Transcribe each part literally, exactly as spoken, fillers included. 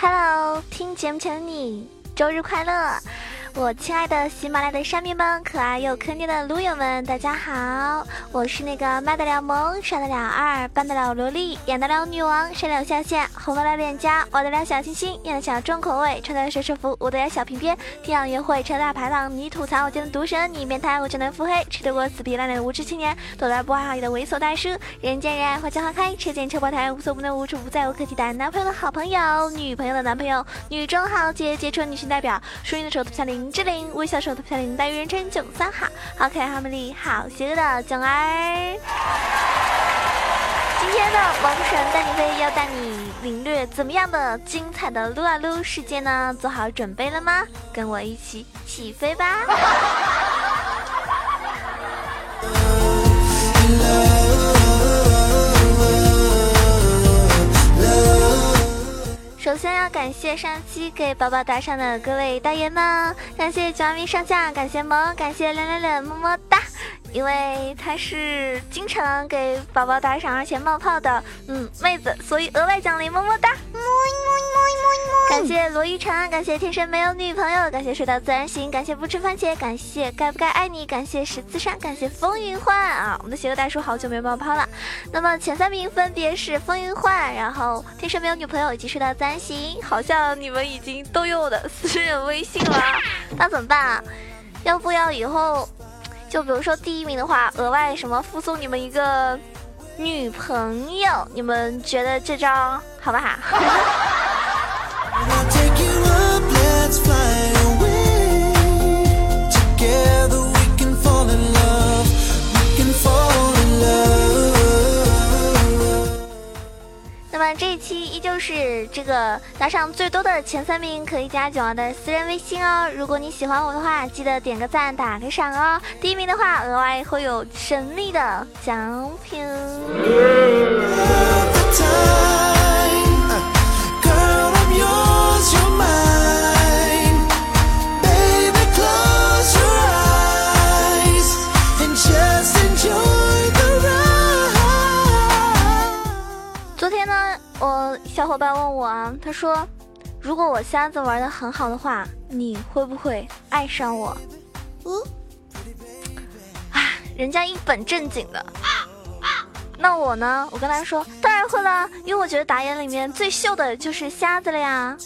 Hello， 听节目前的你，周日快乐！我亲爱的喜马拉雅的山民们，可爱又坑爹的撸友们，大家好！我是那个卖得了萌、耍得了二、扮得了萝莉、演得了女王、闪了下线、红得了脸颊、玩得了小清新、演得小重口味、穿得了奢侈服、舞得了小平片、天阳约会、车大排档、你吐槽我见的毒神，你变态我真的腹黑，吃得过死皮赖脸的无知青年，躲得不怀好意的猥琐大叔，人见人爱花见花开，车见车爆胎，无所不能无处不在，无可替代男朋友的好朋友，女朋友的男朋友，女中豪杰，杰出女性代表，淑女的手头下林志玲，微笑手头下林黛玉人称九三好，好可爱好美丽好邪恶的囧儿。今天的王神带你飞要带你领略怎么样的精彩的撸啊撸世界呢？做好准备了吗？跟我一起起飞吧！首先要感谢上期给宝宝打赏的各位大爷们，感谢九阿咪上将，感谢萌，感谢冷冷冷么么哒。因为他是经常给宝宝打赏而且冒泡的嗯妹子，所以额外奖励么么哒。感谢罗玉成，感谢天生没有女朋友，感谢睡到自然醒，感谢不吃番茄，感谢该不该爱你，感谢十字山，感谢风云幻啊！我们的邪恶大叔好久没有冒泡了。那么前三名分别是风云幻，然后天生没有女朋友以及睡到自然醒。好像你们已经都有我的私人微信了，那怎么办啊？要不要以后就比如说第一名的话，额外什么附送你们一个女朋友，你们觉得这招好不好？那么这一期依旧是这个打赏最多的前三名可以加囧儿的私人微信哦。如果你喜欢我的话，记得点个赞打个赏哦。第一名的话额外会有神秘的奖品。昨天呢我小伙伴问我啊，他说如果我瞎子玩得很好的话，你会不会爱上我？嗯，啊，人家一本正经的。那我呢？我跟他说当然会了，因为我觉得打野里面最秀的就是瞎子了呀。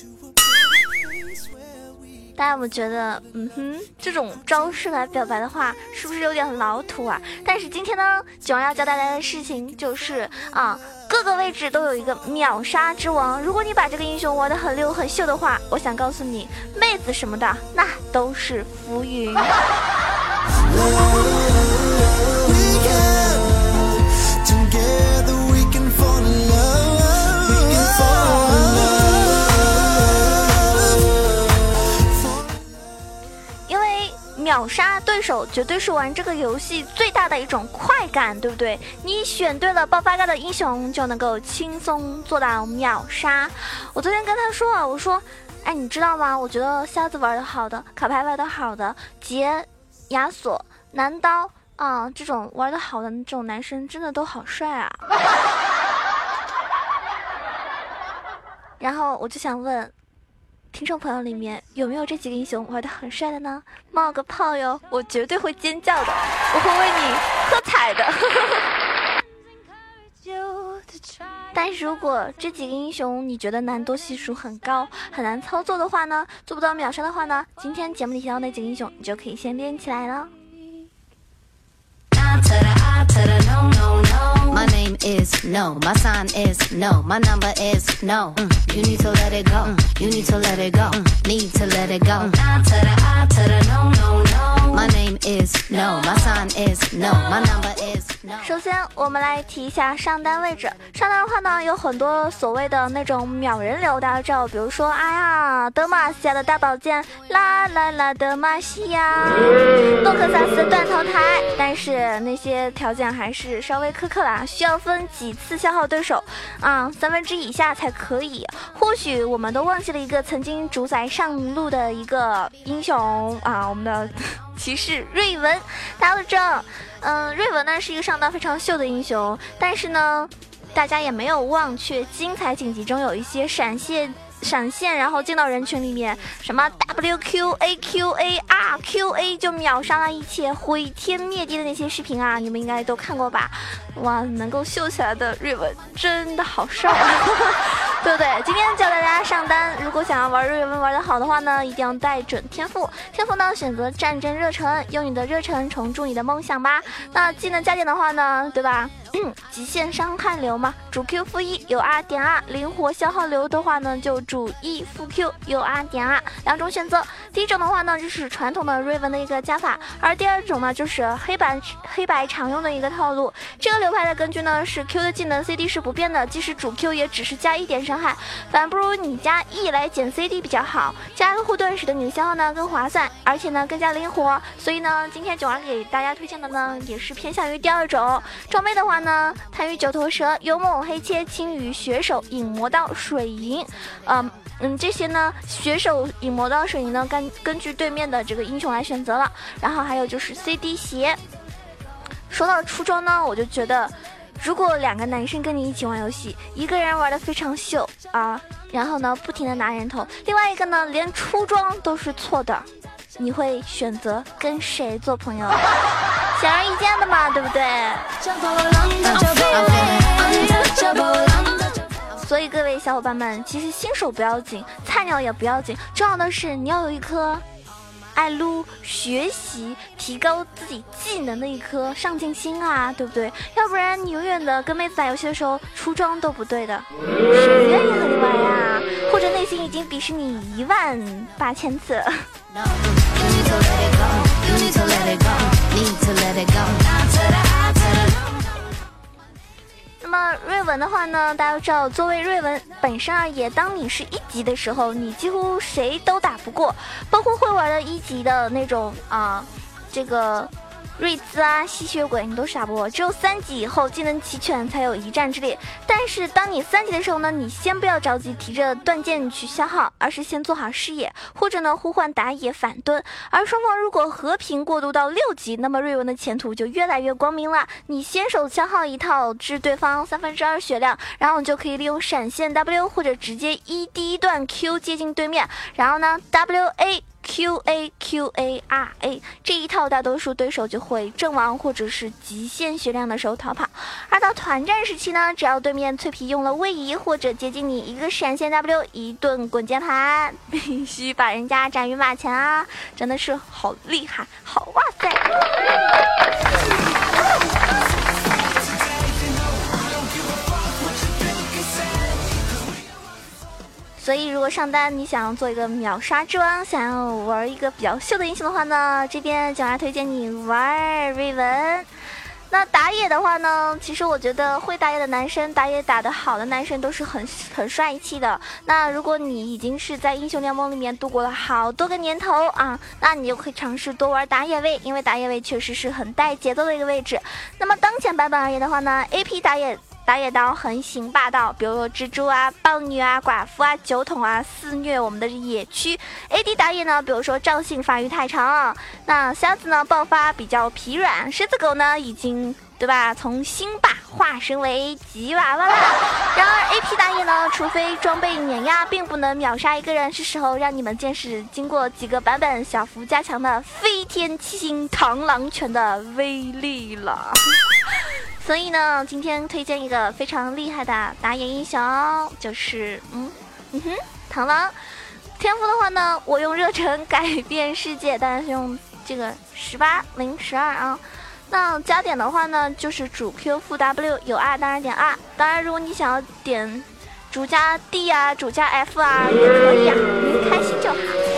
大家有没有觉得嗯哼，这种招式来表白的话是不是有点老土啊？但是今天呢囧儿要教大家的事情就是啊，各个位置都有一个秒杀之王，如果你把这个英雄玩得很溜很秀的话，我想告诉你妹子什么的那都是浮云。秒杀对手绝对是玩这个游戏最大的一种快感，对不对？你选对了爆发盖的英雄就能够轻松做到秒杀。我昨天跟他说啊，我说哎，你知道吗？我觉得瞎子玩的好的，卡牌玩的好的，杰、亚索、男刀啊，这种玩的好的这种男生真的都好帅啊。然后我就想问听众朋友里面有没有这几个英雄玩得很帅的呢？冒个泡哟，我绝对会尖叫的，我会为你喝彩的。但是如果这几个英雄你觉得难度系数很高，很难操作的话呢，做不到秒杀的话呢，今天节目里提到那几个英雄你就可以先练起来了。My name is no, my sign is no, my number is no. Mm, you need to let it go. Mm, you need to let it go. Mm, need to let it go. Nah to the I to the no, no, no. My name is no, my sign is no, my number is no. 首先，我们来提一下上单位置。上单的话呢，有很多所谓的那种秒人流，大家知道，比如说，哎呀，德玛西亚的大宝剑，啦啦啦，德玛西亚，诺克萨斯断头台，但是那些条件还是稍微苛刻啦。需要分几次消耗对手啊，三分之以下才可以。或许我们都忘记了一个曾经主宰上路的一个英雄啊，我们的骑士瑞文。大家都知道，嗯，瑞文呢是一个上单非常秀的英雄，但是呢，大大家也没有忘却精彩紧急中有一些闪现闪现然后进到人群里面，什么 W Q A Q A R Q A 就秒杀了一切，毁天灭地的那些视频啊，你们应该都看过吧？哇，能够秀起来的瑞文真的好帅啊对不对？今天教大家上单，如果想要玩瑞文玩得好的话呢，一定要带准天赋。天赋呢，选择战争热忱，用你的热忱重铸你的梦想吧。那技能加点的话呢，对吧？极限伤害流嘛，主 Q 负一有 R 点 R， 灵活消耗流的话呢，就主 E 负 Q 有 R 点 R， 两种选择。第一种的话呢，就是传统的瑞文的一个加法，而第二种呢，就是黑白黑白常用的一个套路。这个流派的根据呢是 Q 的技能 C D 是不变的，即使主 Q 也只是加一点伤害，反不如你加 E 来减 C D 比较好，加护盾使得你的消耗呢更划算，而且呢更加灵活。所以呢，今天九儿给大家推荐的呢，也是偏向于第二种。装备的话呢，贪鱼九头蛇、幽梦、黑切、青鱼、血手、影魔刀、水银，嗯嗯，这些呢，血手、影魔刀、水银呢，根根据对面的这个英雄来选择了。然后还有就是 C D 鞋。说到出装呢，我就觉得，如果两个男生跟你一起玩游戏，一个人玩的非常秀啊，然后呢不停的拿人头，另外一个呢连出装都是错的，你会选择跟谁做朋友？显而易见的嘛，对不对？所以各位小伙伴们，其实新手不要紧，菜鸟也不要紧，重要的是你要有一颗爱撸、学习、提高自己技能的一颗上进心啊，对不对？要不然你永远的跟妹子打游戏的时候出装都不对的，谁愿意和你玩呀？或者内心已经鄙视你一万八千次。那么瑞文的话呢，大家都知道，作为瑞文本身而言，当你是一级的时候，你几乎谁都打不过，包括会玩的一级的那种啊，这个瑞兹啊、吸血鬼你都打不过，只有三级以后技能齐全才有一战之力。但是当你三级的时候呢，你先不要着急提着断剑去消耗，而是先做好视野，或者呢呼唤打野反蹲。而双方如果和平过渡到六级，那么瑞文的前途就越来越光明了。你先手消耗一套致对方三分之二血量，然后你就可以利用闪现 W 或者直接一第一段 Q 接近对面，然后呢 W A Q A Q A R A 这一套，大多数对手就会阵亡或者是极限血量的时候逃跑。而到团战时期呢，只要对面脆皮用了位移或者接近你一个闪现 W 一顿滚键盘，必须把人家斩于马前啊！真的是好厉害，好哇塞！所以如果上单你想要做一个秒杀之王，想要玩一个比较秀的英雄的话呢，这边就来推荐你玩瑞文。那打野的话呢，其实我觉得会打野的男生，打野打得好的男生都是很很帅气的。那如果你已经是在英雄联盟里面度过了好多个年头啊，那你就可以尝试多玩打野位，因为打野位确实是很带节奏的一个位置。那么当前版本而言的话呢 ，A P 打野打野刀横行霸道，比如说蜘蛛啊、豹女啊、寡妇啊、酒桶啊，肆虐我们的野区。A D 打野呢，比如说赵信发育太长，那瞎子呢爆发比较疲软，狮子狗呢已经对吧，从辛巴化身为吉娃娃了。然而 A P 打野呢，除非装备碾压，并不能秒杀一个人，是时候让你们见识经过几个版本小幅加强的飞天七星螳螂拳的威力了。所以呢，今天推荐一个非常厉害的打野英雄，就是嗯嗯哼螳螂。天赋的话呢，我用热忱改变世界，当然是用这个十八零十二啊。那加点的话呢，就是主 Q 负 W 有 R 当然点 R， 当然如果你想要点主加 D 啊、主加 F 啊也可以啊，您开心就好。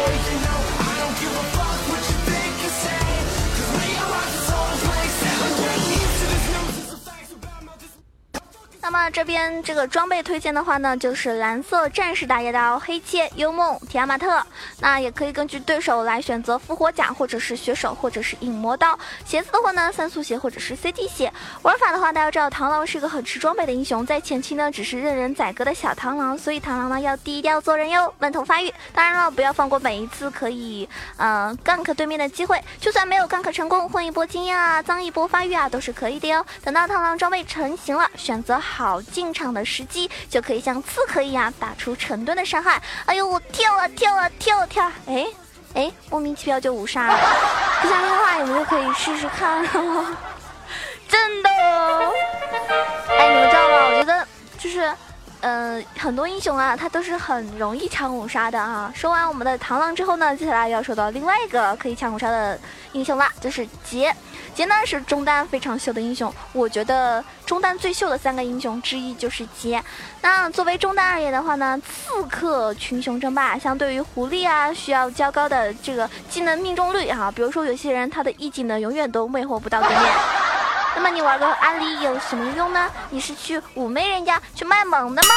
那么这边这个装备推荐的话呢，就是蓝色战士打野刀、黑切、幽梦、提亚马特。那也可以根据对手来选择复活甲，或者是血手，或者是影魔刀。鞋子的话呢，三速鞋或者是 C D 鞋。玩法的话，大家知道螳螂是一个很吃装备的英雄，在前期呢只是任人宰割的小螳螂，所以螳螂呢要低调做人哟，闷头发育。当然了，不要放过每一次可以呃 gank 对面的机会，就算没有 gank 成功，混一波经验啊，脏一波发育啊，都是可以的哟。等到螳螂装备成型了，选择好好进场的时机，就可以像刺客一样打出成吨的伤害。哎呦，我跳啊跳啊跳啊跳，哎哎，莫名其妙就五杀了。不相信的话，你们就可以试试看。真的，哎，你们知道吗？我觉得就是。呃，很多英雄啊，他都是很容易抢五杀的啊。说完我们的螳螂之后呢，接下来要说到另外一个可以抢五杀的英雄啦，就是杰。杰呢是中单非常秀的英雄，我觉得中单最秀的三个英雄之一就是杰。那作为中单而言的话呢，刺客群雄争霸，相对于狐狸啊，需要较高的这个技能命中率啊。比如说有些人他的一技能永远都魅惑不到对面。那么你玩个安利有什么用呢？你是去妩媚人家去卖萌的吗？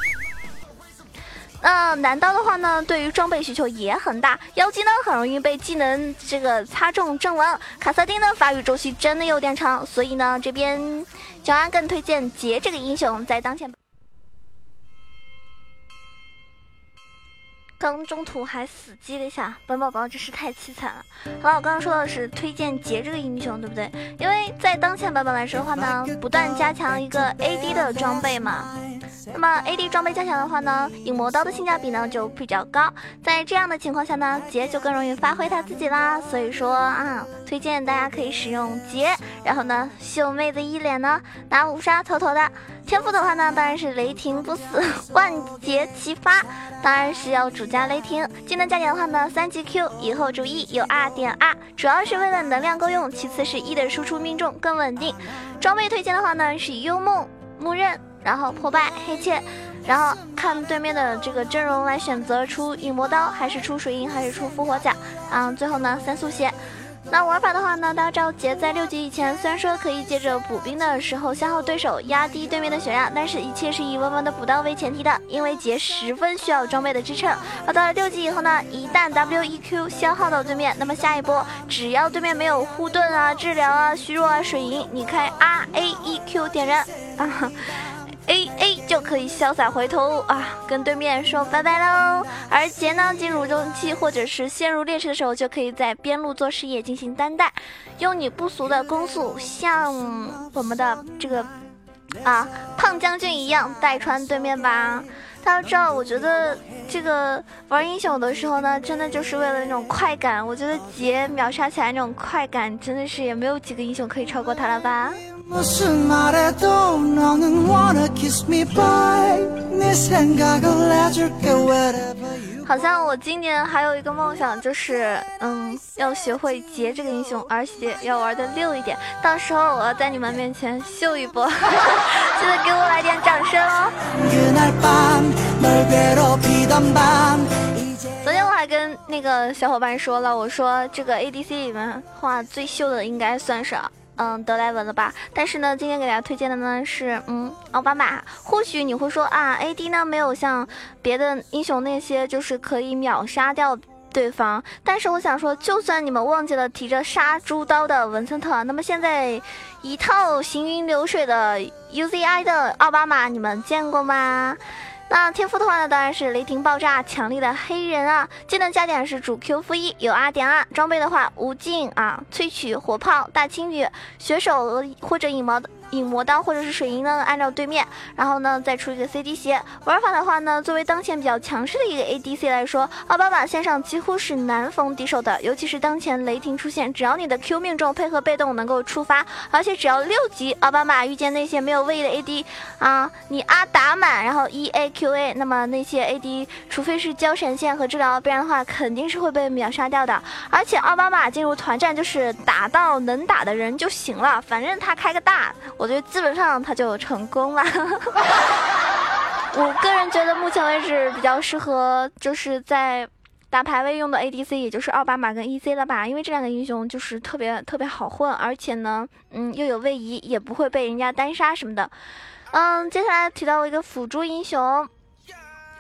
那、呃、男刀的话呢，对于装备需求也很大，妖姬呢很容易被技能这个擦中阵亡，卡萨丁的发育周期真的有点长，所以呢这边小安更推荐杰这个英雄在当前。刚中途还死机了一下，本宝宝真是太凄惨了。好了，我刚刚说到的是推荐杰这个英雄，对不对？因为在当前版本来说的话呢，不断加强一个 A D 的装备嘛。那么 A D 装备加强的话呢，影魔刀的性价比呢就比较高。在这样的情况下呢，杰就更容易发挥他自己啦。所以说啊，推荐大家可以使用杰，然后呢秀妹子一脸呢拿五杀头头的。天赋的话呢，当然是雷霆不死，万劫齐发，当然是要主加雷霆。技能加点的话呢，三级 Q 以后注意有 R 点 R， 主要是为了能量够用，其次是 E 的输出命中更稳定。装备推荐的话呢是幽梦、木刃，然后破败、黑切，然后看对面的这个阵容来选择出影魔刀，还是出水银，还是出复活甲。嗯，最后呢三速血。那玩法的话呢，大家知道杰在六级以前虽然说可以借着补兵的时候消耗对手，压低对面的血量，但是一切是以稳稳的补刀为前提的，因为杰十分需要装备的支撑。而到了六级以后呢，一旦 W E Q 消耗到对面，那么下一波只要对面没有护盾啊、治疗啊、虚弱啊、水银，你开 R A E Q 点燃啊。A A 就可以潇洒回头啊，跟对面说拜拜喽。而杰呢，进入中期或者是陷入劣势的时候，就可以在边路做事业进行单带，用你不俗的攻速，像我们的这个啊胖将军一样带穿对面吧。大家知道，我觉得这个玩英雄的时候呢，真的就是为了那种快感。我觉得杰秒杀起来那种快感，真的是也没有几个英雄可以超过他了吧。好像我今年还有一个梦想，就是嗯，要学会杰这个英雄，而且要玩的溜一点。到时候我要在你们面前秀一波，记得给我来点掌声哦。昨天我还跟那个小伙伴说了，我说这个 A D C 里面话最秀的应该算是嗯德莱文了吧，但是呢今天给大家推荐的呢是嗯奥巴马。或许你会说啊 A D 呢没有像别的英雄那些就是可以秒杀掉对方，但是我想说，就算你们忘记了提着杀猪刀的文森特，那么现在一套行云流水的 U Z I 的奥巴马你们见过吗？那天赋的话呢，当然是雷霆爆炸，强力的黑人啊。技能加点是主 Q 负一，有 R 点 R。装备的话，无尽啊，萃取火炮、大青雨、血手或者影魔影魔刀或者是水银呢，按照对面，然后呢再出一个 C D 鞋。玩法的话呢，作为当前比较强势的一个 A D C 来说，奥巴马线上几乎是难逢敌手的，尤其是当前雷霆出现，只要你的 Q 命中配合被动能够触发，而且只要六级奥巴马遇见那些没有位移的 A D 啊，你 R 打满，然后 E A Q A， 那么那些 A D 除非是交闪现和治疗，不然的话肯定是会被秒杀掉的。而且奥巴马进入团战就是打到能打的人就行了，反正他开个大，我觉得基本上他就成功了。我个人觉得目前为止比较适合就是在打排位用的 A D C 也就是奥巴马跟 E C 了吧，因为这两个英雄就是特别特别好混，而且呢嗯又有位移，也不会被人家单杀什么的。嗯，接下来提到一个辅助英雄，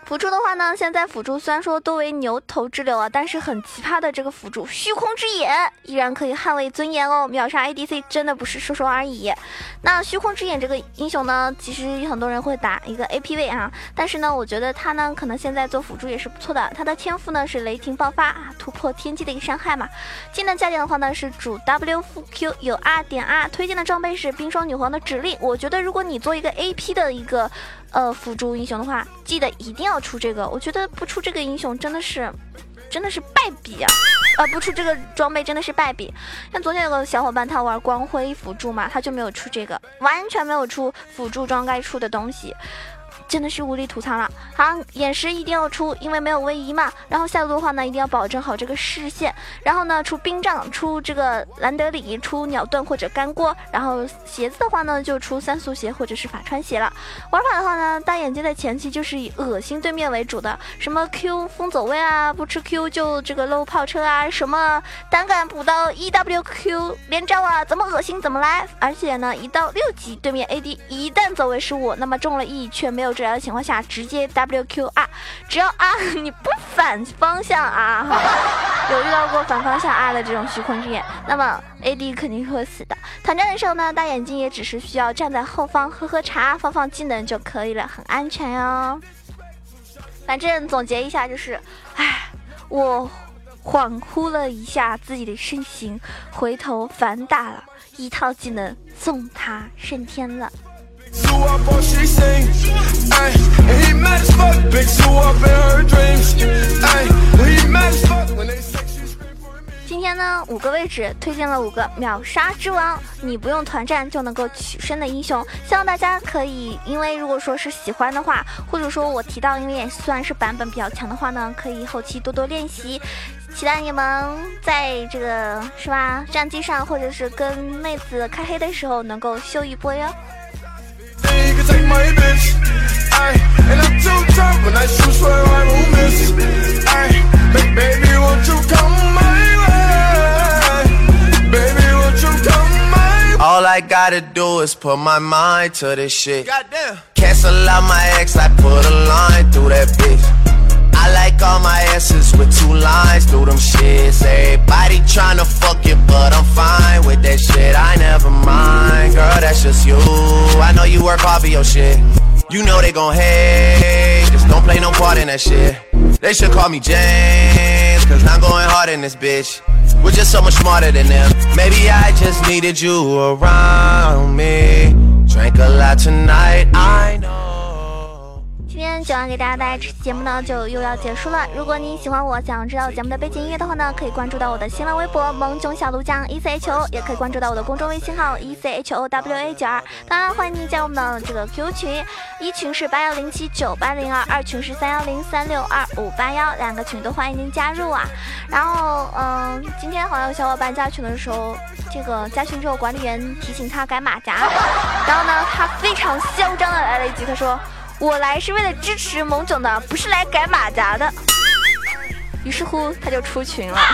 辅助的话呢，现在辅助虽然说多为牛头之流啊，但是很奇葩的这个辅助虚空之眼依然可以捍卫尊严哦，秒杀 A D C 真的不是说说而已。那虚空之眼这个英雄呢，其实很多人会打一个 A P 位啊，但是呢，我觉得他呢可能现在做辅助也是不错的。他的天赋呢是雷霆爆发啊，突破天际的一个伤害嘛。技能加点的话呢是主 W 负 Q 有 R 点 R， 推荐的装备是冰霜女皇的指令。我觉得如果你做一个 A P 的一个呃辅助英雄的话，记得一定要出这个。我觉得不出这个英雄真的是真的是败笔啊！呃，不出这个装备真的是败笔。像昨天有个小伙伴他玩光辉辅助嘛，他就没有出这个，完全没有出辅助装该出的东西。真的是无力吐槽了。好，眼石一定要出，因为没有位移嘛。然后下路的话呢，一定要保证好这个视线。然后呢，出冰杖，出这个兰德里，出鸟盾或者干锅。然后鞋子的话呢，就出三速鞋或者是法穿鞋了。玩法的话呢，大眼睛在前期就是以恶心对面为主的，什么 Q 风走位啊，不吃 Q 就这个漏炮车啊，什么单杆补刀 E W Q 连招啊，怎么恶心怎么来。而且呢，一到六级对面 A D 一旦走位失误，那么中了 E 却没有治疗的情况下，直接 W Q R， 只要 R 你不反方向 R 哈，有遇到过反方向 R 的这种虚空之眼，那么 A D 肯定会死的。团战的时候呢，大眼睛也只是需要站在后方喝喝茶，放放技能就可以了，很安全哟。反正总结一下就是，唉，我恍惚了一下自己的身形，回头反打了一套技能，送他升天了。今天呢，五个位置推荐了五个秒杀之王，你不用团战就能够取胜的英雄，希望大家可以，因为如果说是喜欢的话，或者说我提到因为也算是版本比较强的话呢，可以后期多多练习。期待你们在这个是吧战绩上，或者是跟妹子开黑的时候能够秀一波哟。 All I gotta do is put my mind to this shit. Goddamn. Cancel out my ex, I put a line through that bitch. I like all my asses with two lines through them shits. Everybody tryna fuck it, but I'm fine with that shit. I never mind, girl, that's just you. I know you work hard for your shit. You know they gon' hate, just don't play no part in that shit. They should call me James, cause I'm going hard in this bitch. We're just so much smarter than them. Maybe I just needed you around me. Drank a lot tonight, I know. 今天九安给大家带来这期节目呢，就又要结束了。如果你喜欢我，想知道节目的背景音乐的话呢，可以关注到我的新浪微博萌囧小鹿酱 E C H O， 也可以关注到我的公众微信号 E C H O W A 九二。当然，欢迎您加入我们的这个 Q Q 群，一群是八幺零七九八零二，二群是三幺零三六二五八幺，两个群都欢迎您加入啊。然后，嗯，今天好像有小伙伴加群的时候，这个加群之后管理员提醒他改马甲，然后呢，他非常嚣张的来了一句，他说：“我来是为了支持萌囧的，不是来改马甲的。”于是乎他就出群了。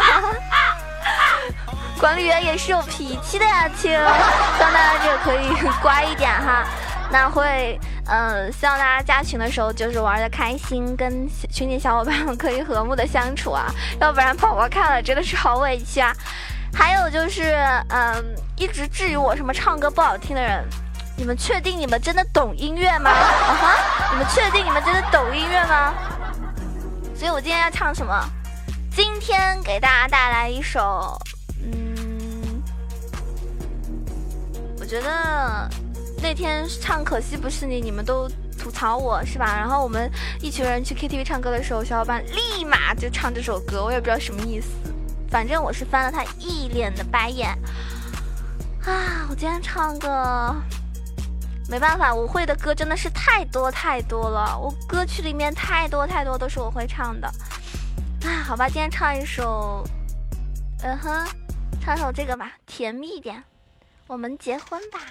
管理员也是有脾气的呀，亲，希望大家这个可以乖一点哈。那会嗯，希望大家加群的时候就是玩的开心，跟群里小伙伴们可以和睦的相处啊，要不然宝宝看了真的是好委屈啊。还有就是嗯，一直质疑我什么唱歌不好听的人，你们确定你们真的懂音乐吗？啊哈，你们确定你们真的懂音乐吗？所以我今天要唱什么？今天给大家带来一首，嗯，我觉得那天唱可惜不是你，你们都吐槽我是吧？然后我们一群人去 K T V 唱歌的时候，小伙伴立马就唱这首歌，我也不知道什么意思，反正我是翻了他一脸的白眼啊！我今天唱个。没办法，我会的歌真的是太多太多了，我歌曲里面太多太多都是我会唱的啊。好吧，今天唱一首嗯哼唱首这个吧，甜蜜一点，我们结婚吧，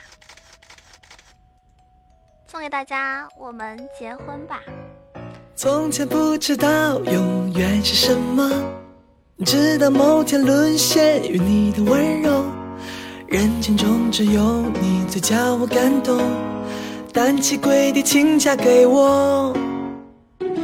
送给大家，我们结婚吧。 从前不知道永远是什么，直到某天沦陷于你的温柔，人群中只有你最叫我感动，单膝跪地请嫁给我。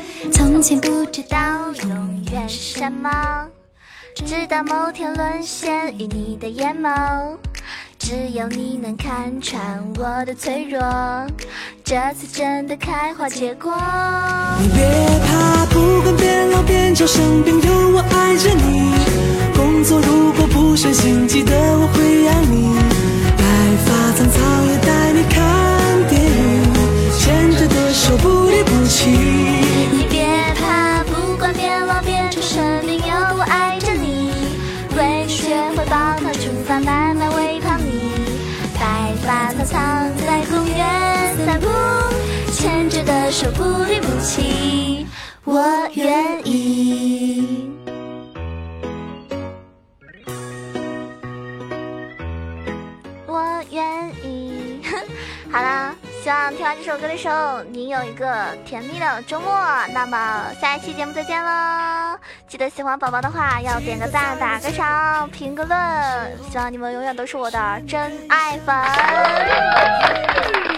前不知道永远是什么，直到某天沦陷于你的眼眸，只有你能看穿我的脆弱，这次真的开花结果。 你别怕，不管变老变丑生病，有我爱着你。工作如果不顺心，记得我会养你。白发苍苍也带你看电影，牵着的手不离不弃。 你别怕，不管变老变丑生病，有我爱着你。会学会抱团出发，慢慢喂胖你。白发苍苍在公园散步，牵着的手不离不弃，我愿意。我愿意。好啦，希望听完这首歌的时候你有一个甜蜜的周末。那么下一期节目再见喽，记得喜欢宝宝的话要点个赞，打个赏，评个论，希望你们永远都是我的真爱粉。